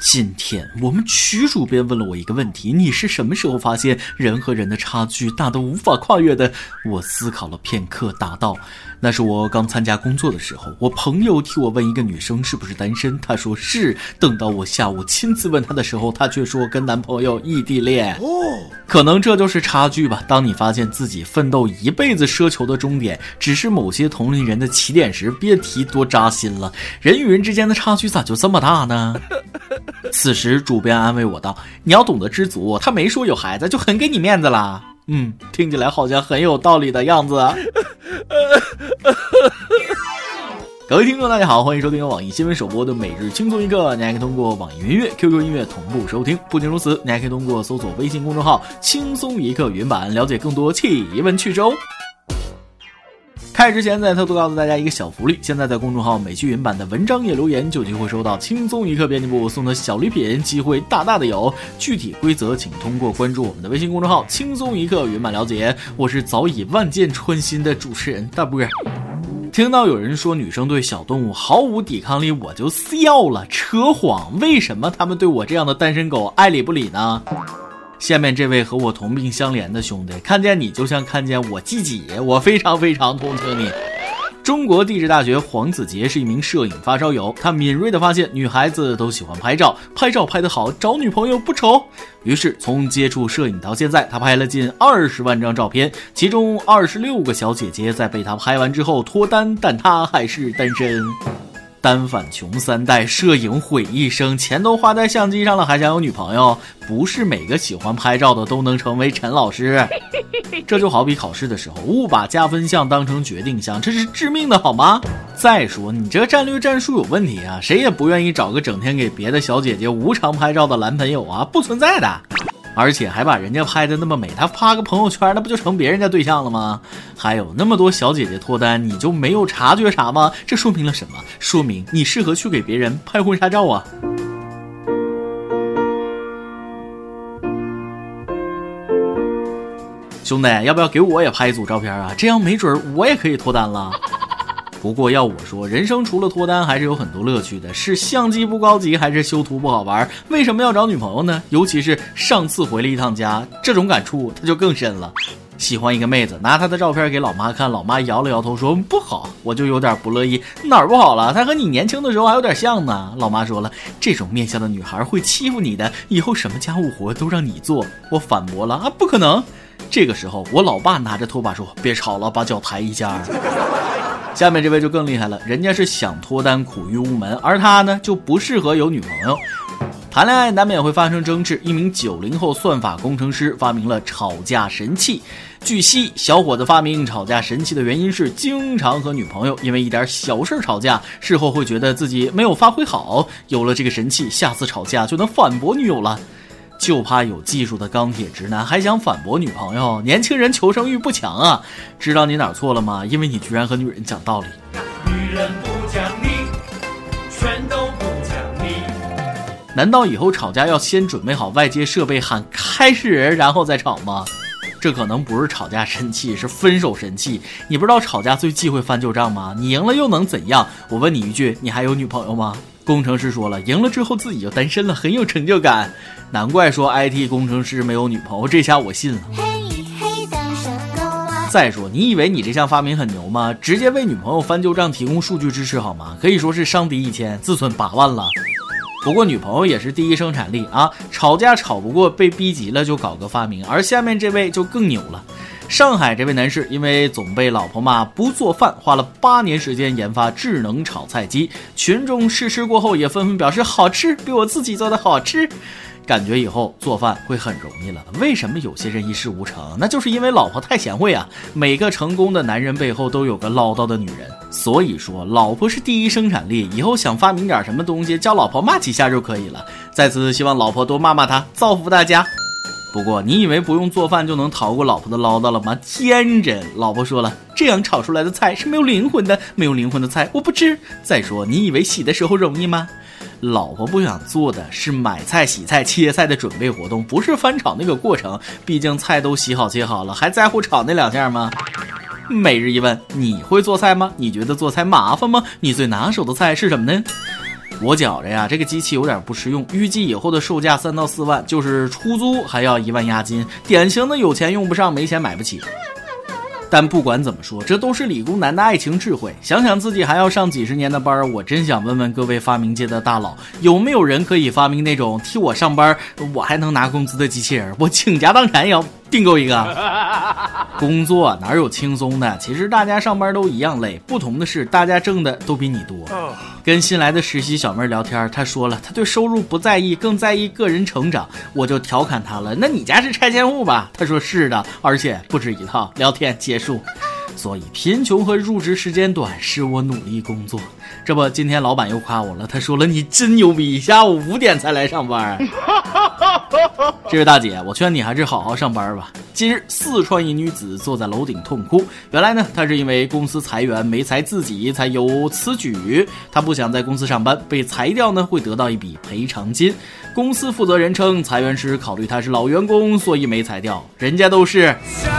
今天我们曲主编问了我一个问题，你是什么时候发现人和人的差距大得无法跨越的？我思考了片刻答道，那是我刚参加工作的时候，我朋友替我问一个女生是不是单身，她说是，等到我下午亲自问她的时候，她却说跟男朋友异地恋。可能这就是差距吧，当你发现自己奋斗一辈子奢求的终点只是某些同龄人的起点时，别提多扎心了。人与人之间的差距咋就这么大呢？此时主编安慰我道，你要懂得知足，他没说有孩子就很给你面子啦。听起来好像很有道理的样子啊。各位听众大家好，欢迎收听由网易新闻首播的每日轻松一刻，你还可以通过网易云音乐 QQ 音乐同步收听。不仅如此，你还可以通过搜索微信公众号轻松一刻云版了解更多气闻趣事哦。开始之前再偷偷告诉大家一个小福利，现在在公众号美剧云版的文章页留言就有机会收到轻松一刻编辑部送的小礼品，机会大大的有，具体规则请通过关注我们的微信公众号轻松一刻云版了解。我是早已万箭穿心的主持人大波。听到有人说女生对小动物毫无抵抗力，我就笑了，扯谎，为什么他们对我这样的单身狗爱理不理呢？下面这位和我同病相怜的兄弟，看见你就像看见我自己，我非常非常同情你。中国地质大学黄子杰是一名摄影发烧友，他敏锐地发现女孩子都喜欢拍照，拍照拍得好，找女朋友不愁。于是从接触摄影到现在，他拍了近20万张照片，其中26个小姐姐在被他拍完之后脱单，但他还是单身。单反穷3代，摄影毁一生，钱都花在相机上了，还想有女朋友？不是每个喜欢拍照的都能成为陈老师。这就好比考试的时候，误把加分项当成决定项，这是致命的好吗？再说你这战略战术有问题啊，谁也不愿意找个整天给别的小姐姐无偿拍照的男朋友啊，不存在的。而且还把人家拍的那么美，他发个朋友圈，那不就成别人家对象了吗？还有那么多小姐姐脱单，你就没有察觉啥吗？这说明了什么？说明你适合去给别人拍婚纱照啊。兄弟，要不要给我也拍一组照片啊？这样没准我也可以脱单了。不过要我说，人生除了脱单还是有很多乐趣的，是相机不高级还是修图不好玩？为什么要找女朋友呢？尤其是上次回了一趟家，这种感触它就更深了。喜欢一个妹子，拿她的照片给老妈看，老妈摇了摇头说不好，我就有点不乐意。哪儿不好了？她和你年轻的时候还有点像呢。老妈说了，这种面相的女孩会欺负你的，以后什么家务活都让你做。我反驳了啊，不可能。这个时候我老爸拿着拖把说，别吵了，把脚抬一下。下面这位就更厉害了，人家是想脱单苦于无门，而他呢就不适合有女朋友。谈恋爱难免会发生争执，一名90后算法工程师发明了吵架神器。据悉，小伙子发明吵架神器的原因是经常和女朋友因为一点小事吵架，事后会觉得自己没有发挥好，有了这个神器，下次吵架就能反驳女友了。就怕有技术的钢铁直男还想反驳女朋友，年轻人求生欲不强啊！知道你哪儿错了吗？因为你居然和女人讲道理。 女人不讲理，全都不讲理。 难道以后吵架要先准备好外接设备喊开始然后再吵吗？这可能不是吵架神器，是分手神器。你不知道吵架最忌讳翻旧账吗？你赢了又能怎样？我问你一句，你还有女朋友吗？工程师说了，赢了之后自己就单身了，很有成就感。难怪说 IT 工程师没有女朋友，这下我信了。再说，你以为你这项发明很牛吗？直接为女朋友翻旧账提供数据支持好吗？可以说是伤敌1000，自损8万了。不过女朋友也是第一生产力啊，吵架吵不过被逼急了就搞个发明。而下面这位就更牛了，上海这位男士因为总被老婆骂不做饭，花了8年时间研发智能炒菜机，群众试吃过后也纷纷表示好吃，比我自己做的好吃。感觉以后做饭会很容易了。为什么有些人一事无成？那就是因为老婆太贤惠啊。每个成功的男人背后都有个唠叨的女人，所以说老婆是第一生产力。以后想发明点什么东西，叫老婆骂几下就可以了。在此希望老婆多骂骂他，造福大家。不过你以为不用做饭就能逃过老婆的唠叨了吗？天真！老婆说了，这样炒出来的菜是没有灵魂的，没有灵魂的菜我不吃。再说你以为洗的时候容易吗？老婆不想做的是买菜、洗菜、切菜的准备活动，不是翻炒那个过程。毕竟菜都洗好切好了，还在乎炒那2下吗？每日一问，你会做菜吗？你觉得做菜麻烦吗？你最拿手的菜是什么呢？ 我觉着呀，这个机器有点不实用，预计以后的售价3到4万，就是出租还要1万押金，典型的有钱用不上，没钱买不起。但不管怎么说，这都是理工男的爱情智慧。想想自己还要上几十年的班，我真想问问各位发明界的大佬，有没有人可以发明那种替我上班我还能拿工资的机器人？我倾家荡产也要订购一个。工作哪有轻松的？其实大家上班都一样累，不同的是大家挣的都比你多。跟新来的实习小妹聊天，她说了她对收入不在意，更在意个人成长。我就调侃她了，那你家是拆迁户吧？她说是的，而且不止一套。聊天结束。所以贫穷和入职时间短是我努力工作。这不，今天老板又夸我了，他说了，你真牛逼，下午5点才来上班。这位大姐，我劝你还是好好上班吧。近日，四川一女子坐在楼顶痛哭，原来呢，她是因为公司裁员没裁自己，才有此举。她不想在公司上班，被裁掉呢会得到一笔赔偿金。公司负责人称，裁员时考虑她是老员工，所以没裁掉。人家都是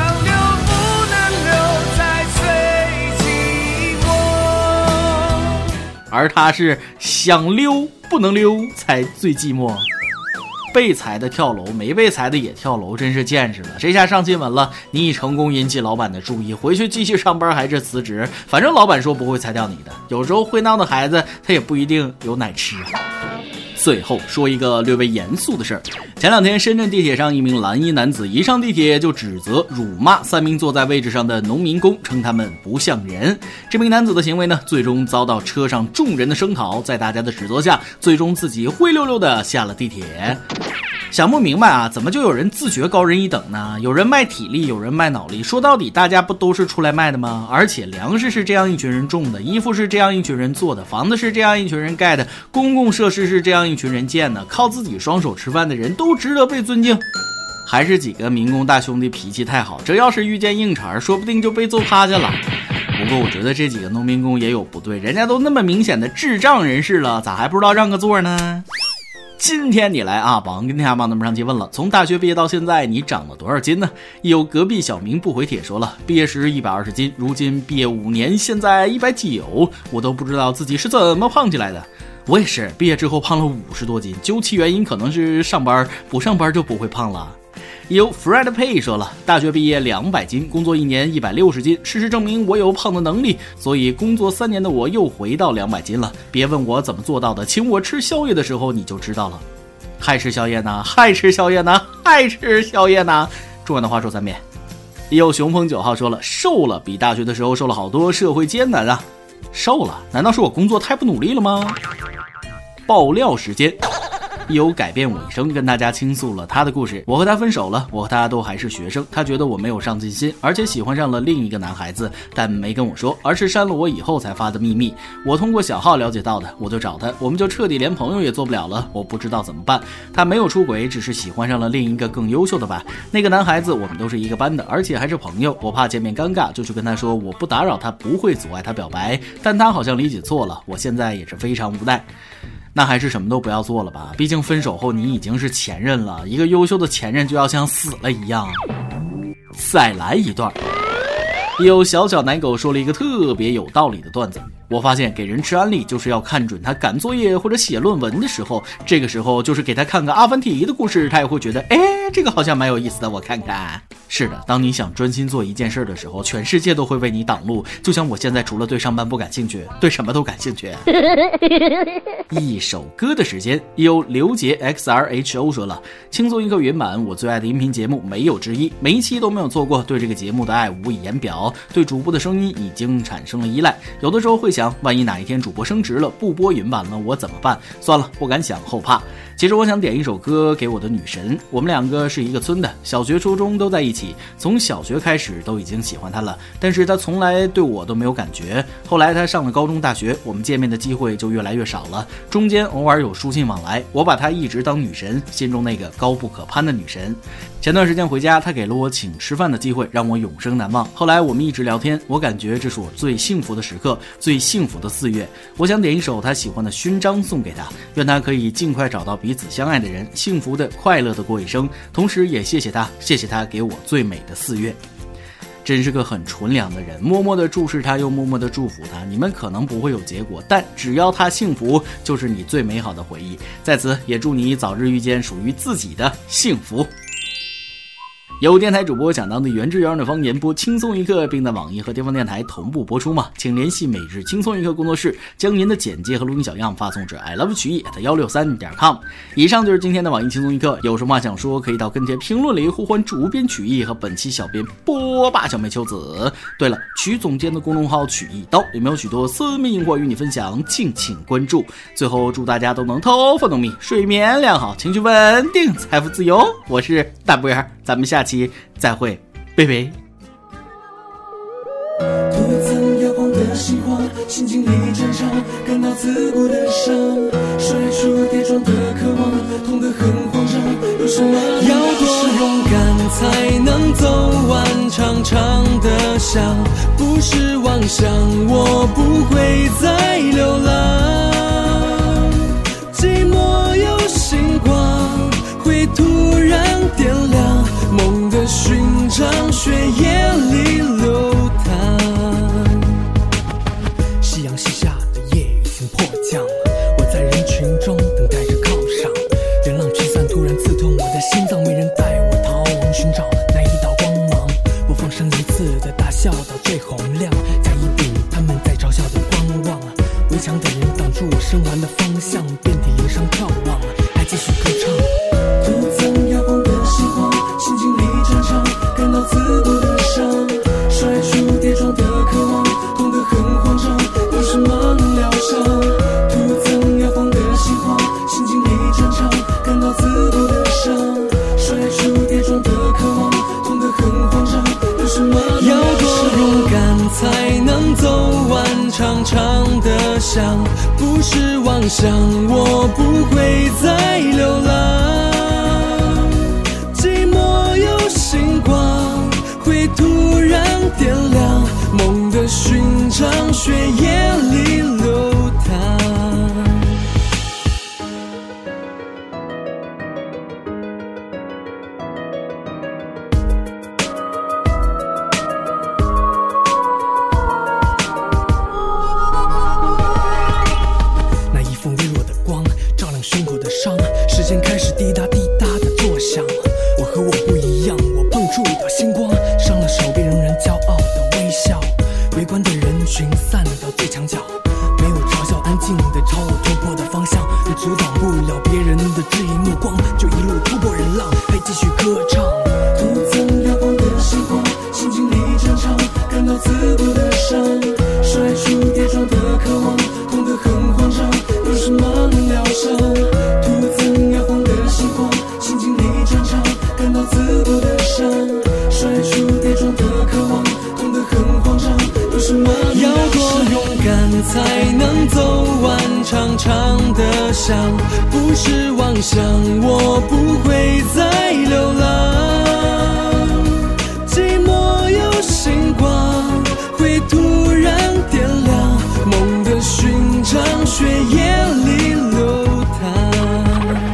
而他是想溜不能溜才最寂寞。被裁的跳楼，没被裁的也跳楼，真是见识了。这下上新闻了，你已成功引起老板的注意，回去继续上班还是辞职？反正老板说不会裁掉你的。有时候会闹的孩子，他也不一定有奶吃。最后说一个略微严肃的事儿。前2天，深圳地铁上一名蓝衣男子一上地铁就指责、辱骂3名坐在位置上的农民工，称他们不像人。这名男子的行为呢，最终遭到车上众人的声讨，在大家的指责下，最终自己灰溜溜的下了地铁。想不明白啊，怎么就有人自觉高人一等呢？有人卖体力，有人卖脑力，说到底大家不都是出来卖的吗？而且粮食是这样一群人种的，衣服是这样一群人做的，房子是这样一群人盖的，公共设施是这样一群人建的，靠自己双手吃饭的人都值得被尊敬。还是几个民工大兄弟脾气太好，这要是遇见硬茬，说不定就被揍趴下了。不过我觉得这几个农民工也有不对，人家都那么明显的智障人士了，咋还不知道让个座呢？今天你来啊，榜跟天下榜那么上期问了，从大学毕业到现在你长了多少斤呢？有隔壁小明不回帖说了，毕业时120斤，如今毕业5年，现在190，我都不知道自己是怎么胖起来的。我也是，毕业之后胖了50多斤，究其原因可能是上班，不上班就不会胖了。有 Fred Pay 说了，大学毕业200斤，工作1年160斤，事实证明我有胖的能力，所以工作3年的我又回到200斤了。别问我怎么做到的，请我吃宵夜的时候你就知道了。还吃宵夜呢？还吃宵夜呢？还吃宵夜呢？重要的话说3遍。有雄风9号说了，瘦了，比大学的时候瘦了好多，社会艰难啊。瘦了？难道是我工作太不努力了吗？爆料时间。有改变我一生跟大家倾诉了他的故事。我和他分手了，我和他都还是学生，他觉得我没有上进心，而且喜欢上了另一个男孩子，但没跟我说，而是删了我以后才发的秘密。我通过小号了解到的，我就找他，我们就彻底连朋友也做不了了。我不知道怎么办。他没有出轨，只是喜欢上了另一个更优秀的吧。那个男孩子我们都是一个班的，而且还是朋友。我怕见面尴尬，就去跟他说我不打扰他，不会阻碍他表白，但他好像理解错了。我现在也是非常无奈。那还是什么都不要做了吧，毕竟分手后你已经是前任了，一个优秀的前任就要像死了一样。再来一段。有小小奶狗说了一个特别有道理的段子，我发现给人吃安利就是要看准他赶作业或者写论文的时候，这个时候就是给他看个阿凡提的故事，他也会觉得这个好像蛮有意思的，我看看。是的，当你想专心做一件事的时候，全世界都会为你挡路，就像我现在除了对上班不感兴趣，对什么都感兴趣。一首歌的时间，有刘杰 XRHO 说了，轻松一刻原版我最爱的音频节目没有之一，每一期都没有错过，对这个节目的爱无以言表，对主播的声音已经产生了依赖，有的时候会想，万一哪一天主播升职了，不播原版了，我怎么办？算了，不敢想，后怕。其实我想点一首歌给我的女神，我们2个是一个村的，小学初中都在一起，从小学开始都已经喜欢她了，但是她从来对我都没有感觉。后来她上了高中大学，我们见面的机会就越来越少了，中间偶尔有书信往来，我把她一直当女神，心中那个高不可攀的女神。前段时间回家，她给了我请吃饭的机会，让我永生难忘。后来我们一直聊天，我感觉这是我最幸福的时刻，最幸福的4月。我想点一首她喜欢的勋章送给她，愿她可以尽快找到彼此相爱的人，幸福的快乐的过一生，同时也谢谢她，谢谢她给我最美的4月。 真是个很纯良的人，默默地注视他，又默默地祝福他。你们可能不会有结果，但只要他幸福，就是你最美好的回忆。在此也祝你早日遇见属于自己的幸福。有电台主播讲当地原汁原味的方言，播轻松一刻，并在网易和地方电台同步播出吗？请联系每日轻松一刻工作室，将您的简介和录音小样发送至 ilovechuyee@163.com。以上就是今天的网易轻松一刻，有什么话想说，可以到跟帖评论里呼唤主编曲艺和本期小编波霸小妹秋子。对了，曲总监的公众号曲一刀里面有许多私密硬货与你分享，敬请关注。最后祝大家都能头发浓密，睡眠良好，情绪稳定，财富自由。我是大波儿，咱们下期再会，拜拜。 独自摇晃的心慌，心经历战场，感到刺骨的伤，甩出跌撞的渴望，痛得很慌张。有什么要多勇敢才能走完长长的巷？不是妄想，我不会再流浪。寂寞有星光，会突然点亮梦的勋章，血液里流淌。夕阳西下的夜已经迫降，我在人群中等待着靠上。流浪驱散突然刺痛我的心脏，没人带我逃亡寻找那一道光芒。我放声一次的大笑到最洪亮，再一并他们在嘲笑的观望。围墙的人挡住我生还的方向，遍体鳞伤眺望，还继续歌唱。独自摇晃的心慌，心经历战场，感到刺骨的伤，甩出跌撞的渴望，痛得很慌张。有什么能疗伤？独自摇晃的心慌，心经历战场，感到刺骨的伤，甩出跌撞的渴望，痛得很慌张。有什么要多勇敢才能走完长长的巷？不是妄想，我不会再流浪。寂寞有星光，会突然点亮梦的勋章，血液里流淌。那一封微弱的光照亮胸口的伤，时间开始滴答滴答的作响。我和我不一样，我碰触到星光，伤了手臂仍然骄傲的微笑。围观的人群散到最墙角，没有嘲笑，安静地朝我突破的方向。也阻挡不了别人的质疑目光，就一路突破人浪，还继续歌唱。独自摇晃的心慌，心经历战场，感到刺骨的伤，甩出跌撞的渴望，痛得很慌张。有什么能疗伤？独自摇晃的心慌，心经历战场，感到刺骨的伤，甩出跌撞的渴望，痛得很慌张。有什么要多勇敢才能走完长长的巷？不是妄想，我不会再流浪。寂寞有星光，会突然点亮梦的勋章，血液里流淌。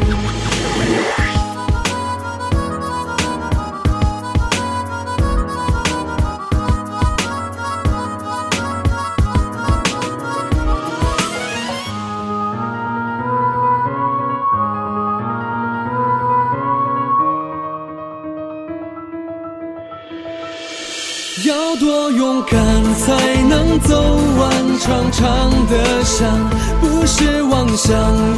要多勇敢才能走完长长的巷？不是妄想，